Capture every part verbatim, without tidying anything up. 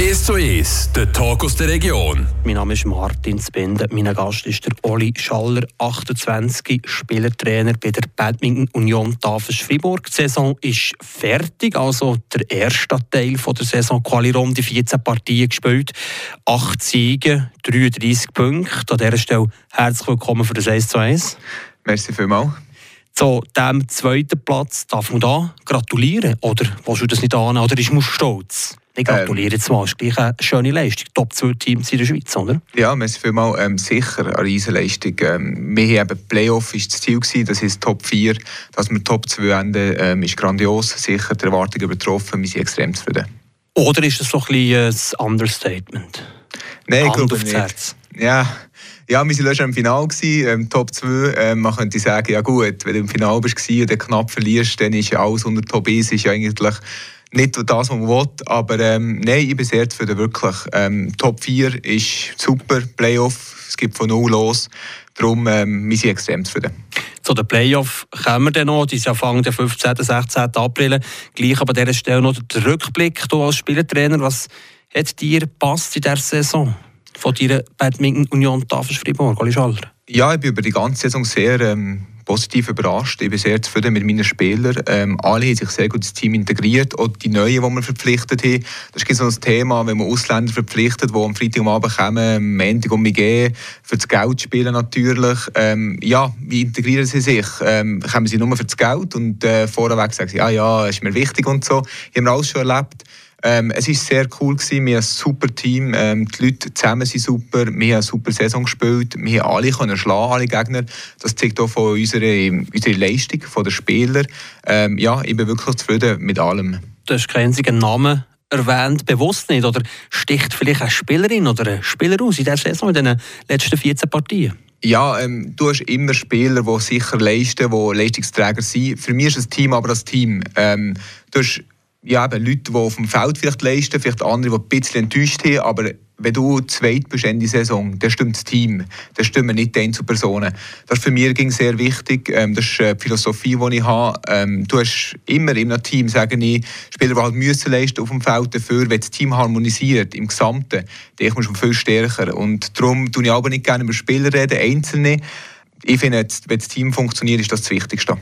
eins zu eins, der Talk aus der Region. Mein Name ist Martin Zbende. Mein Gast ist der Oli Schaller, achtundzwanzig, Spielertrainer bei der Badminton Union Tafels Fribourg. Die Saison ist fertig, also der erste Teil von der Saison. Quali-Runde, vierzehn Partien gespielt, acht Siege, dreiunddreissig Punkte. An dieser Stelle herzlich willkommen für das eins zu eins. Merci vielmals. Zu diesem zweiten Platz darf man da gratulieren? Oder willst du das nicht an? Oder ist man stolz? Ich gratuliere jetzt mal, das ist gleich eine schöne Leistung. Top zwei Teams in der Schweiz, oder? Ja, merci vielmals. Ähm, sicher eine riesen Leistung. Ähm, wir haben eben Playoff ist das Ziel gewesen, das ist Top vier. Dass wir Top zwei enden, ähm, ist grandios. Sicher die Erwartungen übertroffen. Wir sind extrem zufrieden. Oder ist das so ein bisschen ein Understatement? Nein, ich Hand glaube aufs nicht. Herz. Ja. Ja, wir waren schon im Finale, ähm, Top zwei. Ähm, man könnte sagen, ja gut, wenn du im Finale warst und dann knapp verlierst, dann ist ja alles unter Top eins, ist ja eigentlich nicht das, was man will. Aber ähm, nein, ich bin sehr zufrieden, wirklich. Ähm, Top vier ist super, Playoff, es gibt von null los. Darum, ähm, wir sind extrem zufrieden. Zu den Playoff kommen wir dann noch. Die fangen den fünfzehnten sechzehnten April. Gleich aber an dieser Stelle noch der Rückblick. Du als Spielertrainer, was hat dir gepasst in dieser Saison von deiner Badminton Union Tafels Fribourg, Oli Schaller? Ja, ich bin über die ganze Saison sehr ähm, positiv überrascht. Ich bin sehr zufrieden mit meinen Spielern. Ähm, alle haben sich sehr gut ins Team integriert. Auch die Neuen, die wir verpflichtet haben. Das ist so ein Thema, wenn man Ausländer verpflichtet, die am Freitagabend kommen, am Montag um mich gehen, für das Geld spielen natürlich. Ähm, ja, wie integrieren sie sich? Ähm, kommen sie nur für das Geld und äh, vorweg sagen sie, ja, ja, ist mir wichtig und so. Ich habe alles schon erlebt. Ähm, es war sehr cool gewesen. Wir haben ein super Team. Ähm, die Leute zusammen sind super. Wir haben eine super Saison gespielt. Wir haben alle können schlagen, alle Gegner. Das zeigt auch von unserer, unserer Leistung, von den Spielern. Ähm, ja, ich bin wirklich zufrieden mit allem. Du hast keinen einzigen Namen erwähnt, bewusst nicht. Oder sticht vielleicht eine Spielerin oder ein Spieler aus in dieser Saison, in den letzten vierzehn Partien? Ja, ähm, du hast immer Spieler, die sicher leisten, die Leistungsträger sind. Für mich ist das Team aber das Team. Ähm, du hast ja, eben Leute, die auf dem Feld vielleicht leisten, vielleicht andere, die ein bisschen enttäuscht haben, aber wenn du zweit bist Ende Saison, dann stimmt das Team, dann stimmen nicht die Einzelpersonen. Das ist für mich sehr wichtig, ähm, das ist die Philosophie, die ich habe. Ähm, du hast immer in einem Team, sage ich, Spieler, die halt müssen leisten auf dem Feld dafür, wenn das Team harmonisiert, im Gesamten, dann ist man schon viel stärker. Und darum tue ich aber nicht gerne über Spieler reden, Einzelne. Ich finde, wenn das Team funktioniert, ist das das Wichtigste.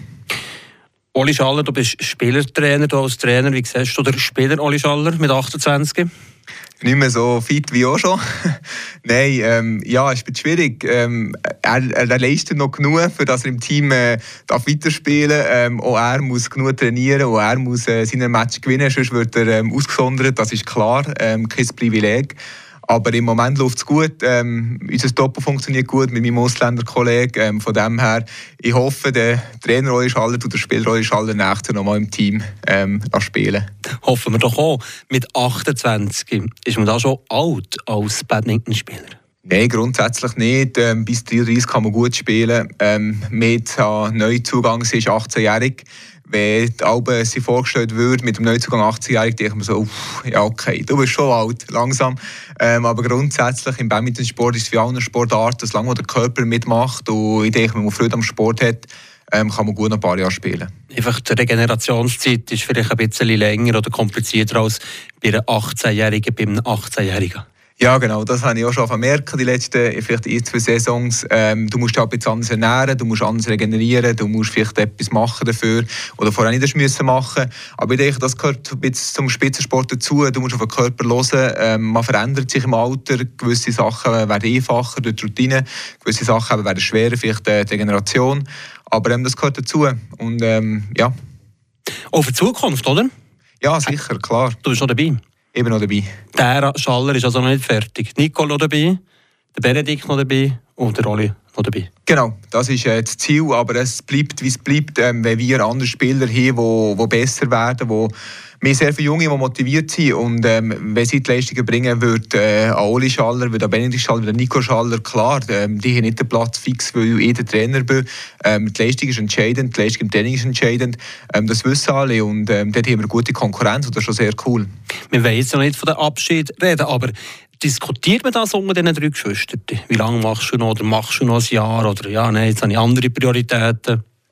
Oli Schaller, du bist Spielertrainer, du als Trainer, wie siehst du den Spieler Oli Schaller mit achtundzwanzig? Nicht mehr so fit wie auch schon. Nein, ähm, ja, es wird schwierig. Ähm, er, er leistet noch genug, für dass er im Team äh, darf weiterspielen darf. Ähm, auch er muss genug trainieren, auch er muss äh, seine Match gewinnen, sonst wird er ähm, ausgesondert, das ist klar, ähm, kein Privileg. Aber im Moment läuft es gut. Ähm, unser Doppel funktioniert gut mit meinem Ausländerkollegen. Ähm, von dem her, ich hoffe, der Trainer Oli Schaller und der Spieler Oli Schaller nächstes noch mal im Team ähm, spielen. Hoffen wir doch auch. Mit achtundzwanzig ist man da schon alt als Badmintonspieler? Nein, grundsätzlich nicht. Ähm, bis dreiunddreissig kann man gut spielen. Ähm, mit äh, Neuzugang, sie ist achtzehnjährig. Wenn die Alben sie vorgestellt wird mit dem Neuzugang achtzehnjährig, denke ich mir so, uff, ja okay, du bist schon alt, langsam. Ähm, aber grundsätzlich im Badmintonsport ist es wie auch eine Sportart, solange der Körper mitmacht und ich denke, wenn man Freude am Sport hat, ähm, kann man gut noch ein paar Jahre spielen. Einfach die Regenerationszeit ist vielleicht ein bisschen länger oder komplizierter als bei einem achtzehnjährigen, bei einem achtzehnjährigen. Ja, genau, das habe ich auch schon vermerkt, die letzten vielleicht ein, zwei Saisons. Ähm, du musst dich halt ein bisschen anders ernähren, du musst anders regenerieren, du musst vielleicht etwas machen dafür, oder vorher nicht müssen machen. Aber ich denke, das gehört ein bisschen zum Spitzensport dazu. Du musst auf den Körper hören, ähm, man verändert sich im Alter, gewisse Sachen werden einfacher durch die Routine, gewisse Sachen werden schwerer, vielleicht die Regeneration. Aber ähm, das gehört dazu. Und ähm, ja. Auch für die Zukunft, oder? Ja, sicher, klar. Du bist noch dabei? Ich bin noch dabei. Der Schaller ist also noch nicht fertig. Nicole noch dabei, der Benedikt noch dabei und der Oli noch dabei. Genau, das ist äh, das Ziel, aber es bleibt, wie es bleibt, ähm, wenn wir andere Spieler haben, die besser werden, wo wir sehr viele Junge, die motiviert sind und ähm, wenn sie die Leistungen bringen, wird äh, Oli Schaller, wird Benedikt Schaller, wird Nico Schaller, klar, ähm, die haben nicht den Platz fix, weil ich der Trainer bin. Ähm, die Leistung ist entscheidend, die Leistung im Training ist entscheidend, ähm, das wissen alle und ähm, dort haben wir gute Konkurrenz und das ist schon sehr cool. Wir wollen jetzt noch nicht von dem Abschied reden, aber diskutiert man das unter diesen drei Geschwistern? Wie lange machst du noch oder machst du noch ein Jahr oder ja, nein, jetzt habe ich andere Prioritäten?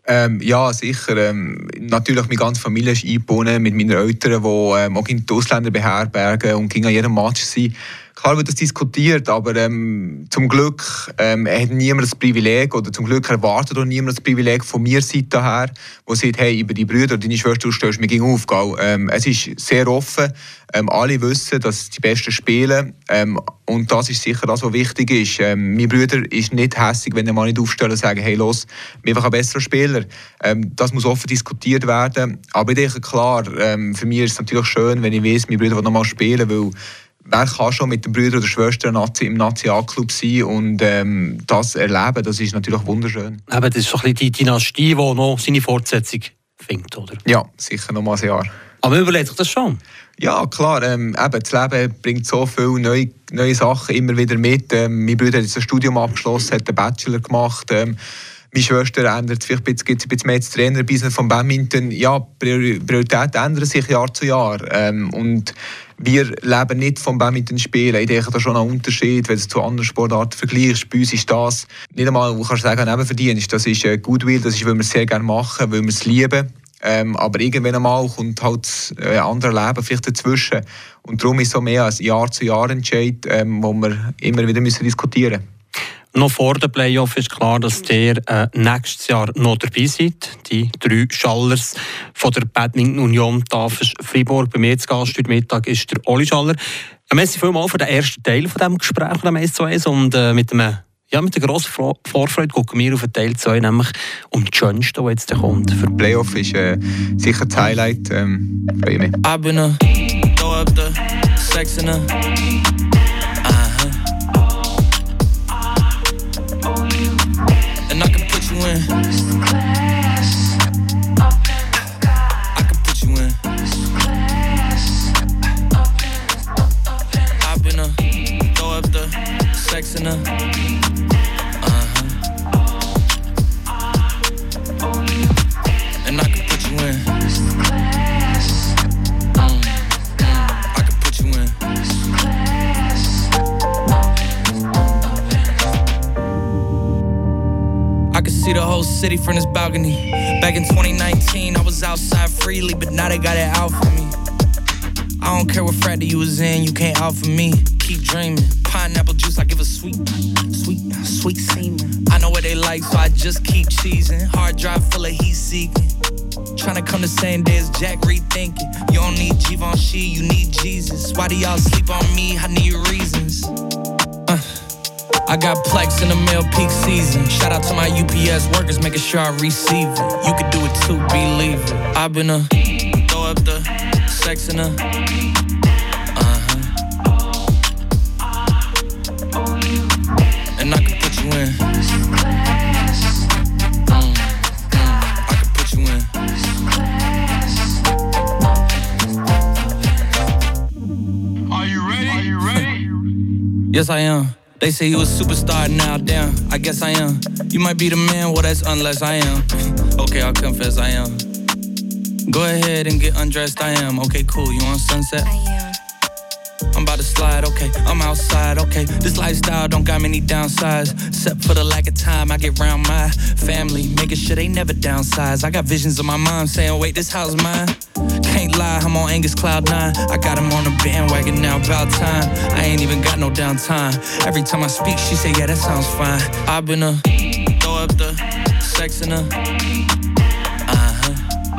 Ähm, ja, sicher. Ähm, natürlich, meine ganze Familie ist eingebunden mit meinen Eltern, die ähm, auch die Ausländer beherbergen und gegen jedem Match sind. Klar wird das diskutiert, aber ähm, zum Glück ähm, hat niemand das Privileg, oder zum Glück erwartet auch niemand das Privileg von mir Seite her, wo sagt, hey, über die Brüder oder deine Schwester, du stellst mir gegen auf. Ähm, es ist sehr offen. Ähm, alle wissen, dass die Besten spielen. Ähm, und das ist sicher das, was wichtig ist. Ähm, mein Bruder ist nicht hässig, wenn er mal nicht aufstellen und sagen, hey, los, wir einfach ein besserer Spieler. Ähm, das muss offen diskutiert werden. Aber ich denke, klar, ähm, für mich ist es natürlich schön, wenn ich weiss, mein Bruder will noch mal spielen, weil wer kann schon mit den Brüdern oder Schwestern im Nationalclub sein und ähm, das erleben, das ist natürlich wunderschön. Eben, das ist so ein bisschen die Dynastie, die noch seine Fortsetzung findet, oder? Ja, sicher noch mal ein Jahr. Aber man überlegt sich das schon? Ja, klar. Ähm, eben, das Leben bringt so viele neue, neue Sachen immer wieder mit. Ähm, mein Bruder hat jetzt ein Studium abgeschlossen, hat einen Bachelor gemacht. Ähm, Meine Schwester ändert sich, jetzt gibt es ein bisschen mehr das Trainerbusiness vom Badminton. Ja, Prioritäten ändern sich Jahr zu Jahr. Ähm, und wir leben nicht vom Badminton spielen. Ich denke, da ist schon ein Unterschied, wenn du es zu anderen Sportarten vergleichst. Bei uns ist das nicht einmal, du kannst sagen, Nebenverdienst. Das ist äh, Goodwill, das ist, weil wir es sehr gerne machen, weil wir es lieben. Ähm, aber irgendwann einmal kommt halt ein äh, anderes Leben vielleicht dazwischen. Und darum ist es so mehr als Jahr zu Jahr Entscheid, ähm, wo wir immer wieder müssen diskutieren müssen. Noch vor den Playoffs ist klar, dass ihr äh, nächstes Jahr noch dabei seid. Die drei Schallers von der Badminton Union Tafels Fribourg. Bei mir zu Gast heute Mittag ist der Oli Schaller. Merci vielmals für den ersten Teil von diesem Gespräch, von dem eins zu eins. Und äh, mit einem Ja, mit der grossen Vorfreude gucken wir auf den Teil zwei, nämlich um die Schönste, die jetzt kommt. Für die Playoff ist äh, sicher das Highlight. Ähm, freue mich. I've been a throw up the sex in a uh-huh. And I can put you in. I can put you in. I've been a throw up the sex in a and I can put you in. Mm, mm, I can put you in. I can see the whole city from this balcony. Back in twenty nineteen, I was outside freely, but now they got it out for me. I don't care what frat you was in, you can't out for me. Keep dreaming. Pineapple juice, I give a sweet, sweet, sweet semen. I know what they like, so I just keep cheesing. Hard drive full of heat seeking. Tryna come the same day as Jack, rethinking. You don't need Givenchy, you need Jesus. Why do y'all sleep on me? I need reasons. Uh, I got Plex in the mail peak season. Shout out to my U P S workers, making sure I receive it. You can do it too, believe it. I've been a throw up the sex in a uh-huh. And I can put you in. Mm, mm, I can put you in. Are you ready? Are you ready? Yes, I am. They say you a superstar now, damn, I guess I am. You might be the man, well that's unless I am. Okay, I'll confess I am. Go ahead and get undressed, I am. Okay, cool, you on Sunset? I am. I'm about to slide, okay, I'm outside, okay. This lifestyle don't got many downsides. Except for the lack of time I get round my family, making sure they never downsize. I got visions of my mom saying, wait, this house mine. Can't lie, I'm on Angus Cloud nine. I got him on the bandwagon now, about time. I ain't even got no downtime. Every time I speak, she say, yeah, that sounds fine. I've been a throw up the sex in a uh-huh.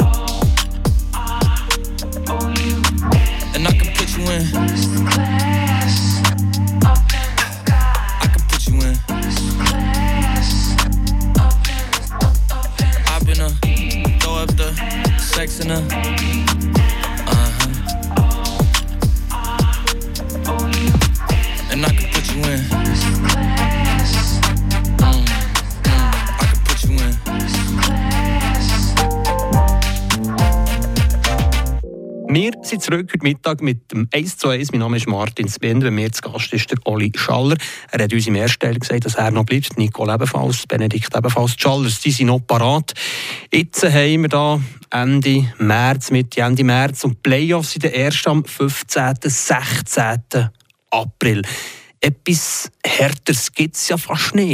And I can put you in. I can put you in. I've been a throw up the sex in a uh-huh. And I can put you in. Mm, mm, I can put you in. Wir sind zurück heute Mittag mit dem eins zu eins. Mein Name ist Martin Spender. Bei mir zu Gast ist der Oli Schaller. Er hat uns im ersten Teil gesagt, dass er noch bleibt. Nicole ebenfalls, Benedikt ebenfalls. Die Schallers, die sind noch parat. Jetzt haben wir da Ende März, Mitte Ende März. Und die Playoffs sind erst am fünfzehnten sechzehnten April. Etwas Härteres gibt es ja fast nicht.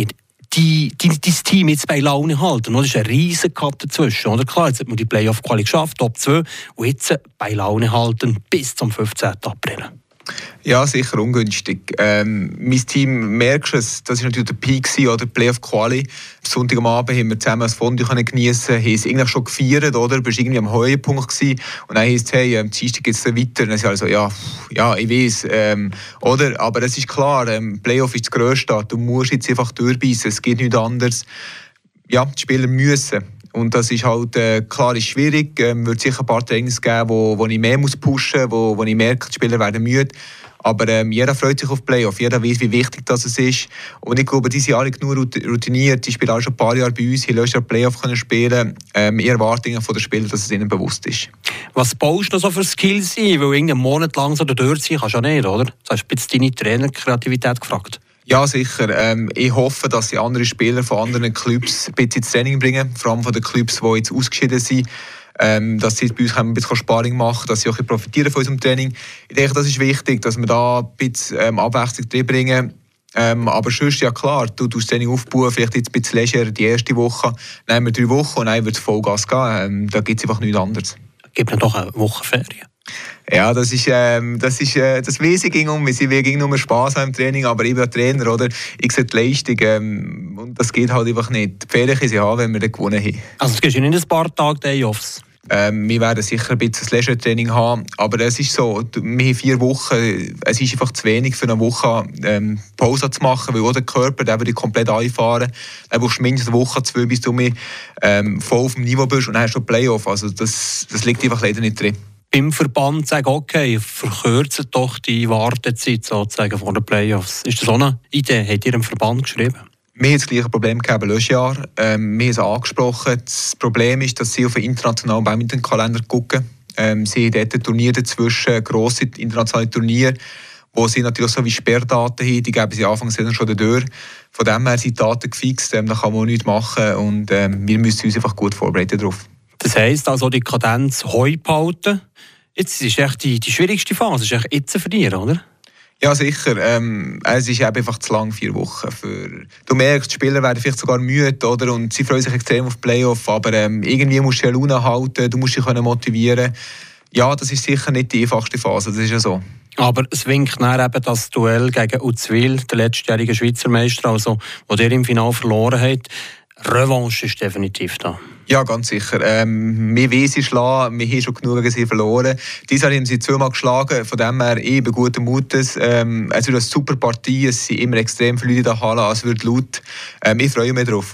die, die, dein Team jetzt bei Laune halten. Das ist ein riesen Cut dazwischen. Oder? Klar, jetzt hat man die Playoff-Quali geschafft, Top zwei, und jetzt bei Laune halten bis zum fünfzehnten April. Ja, sicher ungünstig. Ähm, mein Team, merkst du es, das war natürlich der Peak, oder? Playoff-Quali. Sonntag am Abend haben wir zusammen das Fondue geniessen, haben es eigentlich schon gefeiert, oder? Du warst irgendwie am Höhepunkt gewesen. Und dann heisst es, hey, am Dienstag geht es weiter. Und dann sind also, ja, ja, ich weiss, ähm, oder? Aber es ist klar, ähm, Playoff ist das Grösste. Du musst jetzt einfach durchbeissen, es geht nichts anderes. Ja, die Spieler müssen. Und das ist halt, äh, klar, ist schwierig. Es ähm, wird sicher ein paar Trainings geben, wo, wo ich mehr muss pushen muss, wo, wo ich merke, die Spieler werden müde. Aber ähm, jeder freut sich auf Playoff, jeder weiß, wie wichtig das ist. Und ich glaube, die sind alle genug routiniert, die spielen auch schon ein paar Jahre bei uns, die letztes Jahr Playoff können spielen. Ähm, ich erwarte von den Spielern, dass es ihnen bewusst ist. Was baust du so für Skills ein? Weil einen Monat lang so durchziehen kannst du ja nicht, oder? Das hast du jetzt deine Trainerkreativität gefragt. Ja, sicher. Ähm, ich hoffe, dass die anderen Spieler von anderen Clubs ein bisschen ins Training bringen, vor allem von den Clubs, die jetzt ausgeschieden sind. Ähm, dass sie bei uns ein bisschen Sparring machen, dass sie auch profitieren von unserem Training. Ich denke, das ist wichtig, dass wir da ein bisschen ähm, Abwechslung drin bringen. Ähm, aber sonst, ja klar, du tust das Training aufbauen, vielleicht jetzt ein bisschen leger die erste Woche, dann haben wir drei Wochen und dann wird es Vollgas gehen. Ähm, da gibt es einfach nichts anderes. Gibt es doch eine Woche Ferien? Ja, das ist, ähm, das ist, äh, das weiss ich ging um. Wir sind wegen nur Spass im Training, aber ich bin ein Trainer, oder? Ich sehe die Leistung, ähm, und das geht halt einfach nicht. Die Ferien können sie haben, wenn wir dann gewonnen haben. Also es gibt ja nicht ein paar Tage Day-Offs? Ähm, wir werden sicher ein bisschen ein Leisure-Training haben, aber es ist so, wir haben vier Wochen, es ist einfach zu wenig für eine Woche ähm, Pause zu machen, weil auch der Körper, der würde komplett einfahren. Dann brauchst du mindestens eine Woche, zwei, bis du mehr, ähm, voll auf dem Niveau bist und dann hast du Playoff. Also das, das liegt einfach leider nicht drin. Beim Verband sagen, okay, verkürzen doch die Wartezeit sozusagen vor den Playoffs. Ist das auch eine Idee? Habt ihr im Verband geschrieben? Wir haben das gleiche Problem gehabt letztes Jahr. Ähm, wir haben es angesprochen. Das Problem ist, dass sie auf den internationalen Badminton-Kalender gucken. Ähm, sie haben dort Turniere dazwischen, grosse internationale Turniere, wo sie natürlich so wie Sperrdaten haben. Die geben sie Anfang der Saison schon durch. Von dem her sind die Daten gefixt. Ähm, da kann man auch nichts machen. Und ähm, wir müssen uns einfach gut vorbereiten darauf. Das heisst also, die Kadenz heu behalten. Jetzt ist echt die, die schwierigste Phase, ist echt jetzt für dich, oder? Ja, sicher. Ähm, es ist einfach zu lang, vier Wochen. Für du merkst, die Spieler werden vielleicht sogar müde, oder? Und sie freuen sich extrem auf die Playoff. Aber ähm, irgendwie musst du die Laune halten, du musst dich motivieren. Ja, das ist sicher nicht die einfachste Phase, das ist ja so. Aber es winkt dann eben das Duell gegen Uzwil, der letztjährige Schweizer Meister, also, wo der im Finale verloren hat. Revanche ist definitiv da. Ja, ganz sicher. Ähm, wir wollen sie schlagen, wir haben schon genug gegen sie verloren. Dieses Jahr haben sie zweimal geschlagen, von dem her eben guten Mutes. Ähm, es wird eine super Partie, es sind immer extrem viele Leute in der Halle, es wird laut. Ähm, ich freue mich darauf.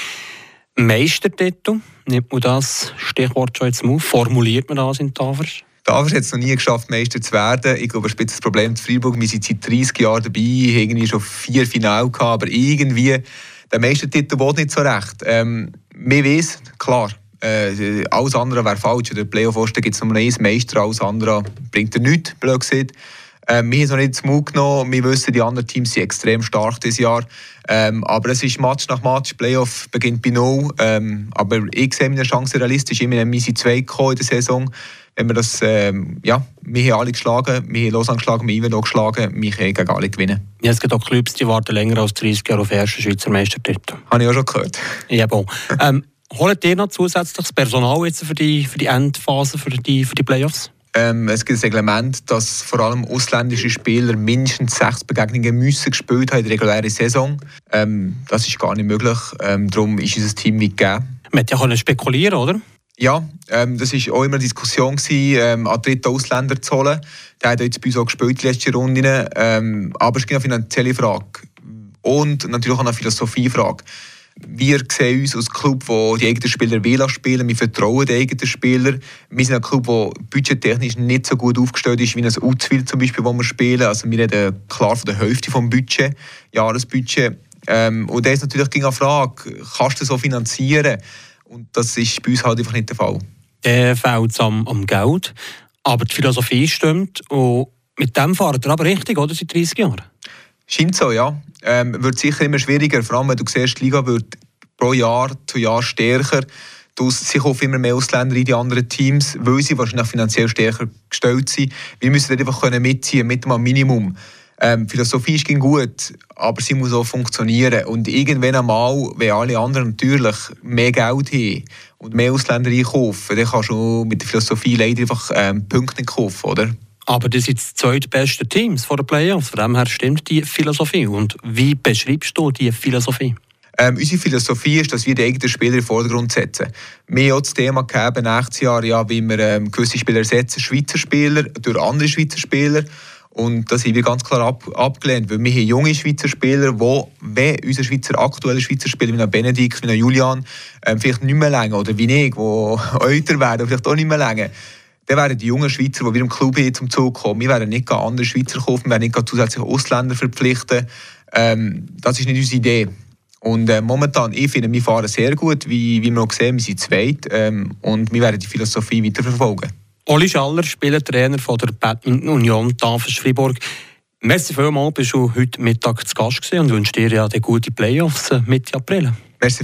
Meistertitel, nimmt man das Stichwort schon jetzt mal auf? Formuliert man das in Tafers? Tafers hat es noch nie geschafft, Meister zu werden. Ich glaube, es ist das Problem in Freiburg. Wir sind seit dreißig Jahren dabei, haben irgendwie schon vier Finale gehabt, aber irgendwie der Meistertitel will nicht so recht. Ähm, wir wissen, klar, äh, alles andere wäre falsch. In der Playoff-Osten gibt es nur einen Meister, alles andere bringt er nichts, blöd gesagt. Ähm, wir haben es noch nicht zum Mut genommen. Wir wissen, die anderen Teams sind extrem stark dieses Jahr. Ähm, aber es ist Match nach Match. Playoff beginnt bei null. Ähm, aber ich sehe meine Chance realistisch. Wir sind zwei gekommen in der Saison. Wenn wir das, ähm, ja, wir haben alle geschlagen, wir haben Lausanne geschlagen, wir haben auch geschlagen, wir können gegen alle gewinnen. Ja, es gibt auch Clubs, die warten länger als dreißig Jahre auf den ersten Schweizer Meistertitel. Habe ich auch schon gehört. Ja, bon. ähm, holt ihr noch zusätzliches Personal jetzt für die, für die Endphase, für die, für die Playoffs? Ähm, es gibt ein Reglement, dass vor allem ausländische Spieler mindestens sechs Begegnungen müssen gespielt haben in der regulären Saison. Ähm, das ist gar nicht möglich. Ähm, darum ist unser Team wie gegeben. Man konnte ja spekulieren, oder? Ja, ähm, das war auch immer eine Diskussion, gewesen, ähm, einen dritten Ausländer zu holen. Der hat jetzt bei uns auch gespielt, die letzte Runde. Ähm, aber es ging eine finanzielle Frage. Und natürlich auch eine Philosophiefrage. Wir sehen uns als Club, der die eigenen Spieler will spielen. Wir vertrauen den eigenen Spielern. Wir sind ein Club, der budgettechnisch nicht so gut aufgestellt ist wie ein Uzwil zum Beispiel, wo wir spielen. Also wir reden klar von der Hälfte des Budget, Jahresbudget. Ähm, und da ist natürlich eine Frage, kannst du das so finanzieren? Und das ist bei uns halt einfach nicht der Fall. Der fehlt es am, am Geld, aber die Philosophie stimmt. Und mit dem fahrt ihr aber richtig, oder? Seit dreißig Jahren? Scheint so, ja. Ähm, wird sicher immer schwieriger, vor allem wenn du siehst, die Liga wird pro Jahr zu Jahr stärker. Du sich auf immer mehr Ausländer in die anderen Teams, weil sie wahrscheinlich finanziell stärker gestellt sind. Wir müssen dort einfach mitziehen mit einem Minimum. Ähm, Philosophie ist gut, aber sie muss auch funktionieren. Und irgendwann einmal, wenn alle anderen natürlich mehr Geld haben und mehr Ausländer einkaufen, dann kannst du mit der Philosophie leider einfach ähm, Punkte nicht kaufen, oder? Aber das sind die zweitbesten Teams vor den Playoffs. Von dem her stimmt die Philosophie. Und wie beschreibst du diese Philosophie? Ähm, unsere Philosophie ist, dass wir die eigenen Spieler in den Vordergrund setzen. Wir haben auch das Thema gehabt, nächstes Jahr, ja, wie wir ähm, gewisse Spieler ersetzen, Schweizer Spieler durch andere Schweizer Spieler. Und das haben wir ganz klar ab, abgelehnt, weil wir haben junge Schweizer Spieler, die, wenn unser Schweizer, aktueller Schweizer Spieler, wie Benedikt, wie Julian, ähm, vielleicht nicht mehr länger, oder wie ich, die älter werden, vielleicht auch nicht mehr länger, dann werden die jungen Schweizer, die wir im Club haben, zum Zug kommen. Wir werden nicht andere Schweizer kaufen, wir werden nicht zusätzliche Ausländer verpflichten. Ähm, das ist nicht unsere Idee. Und äh, momentan, ich finde, wir fahren sehr gut, wie, wie wir auch sehen, wir sind zweit ähm, und wir werden die Philosophie weiterverfolgen. Oli Schaller, Spielertrainer von der Badminton Union Tafels Fribourg. Merci vielmals, bist du heute Mittag zu Gast gewesen und wünsche dir ja die gute Playoffs Mitte April.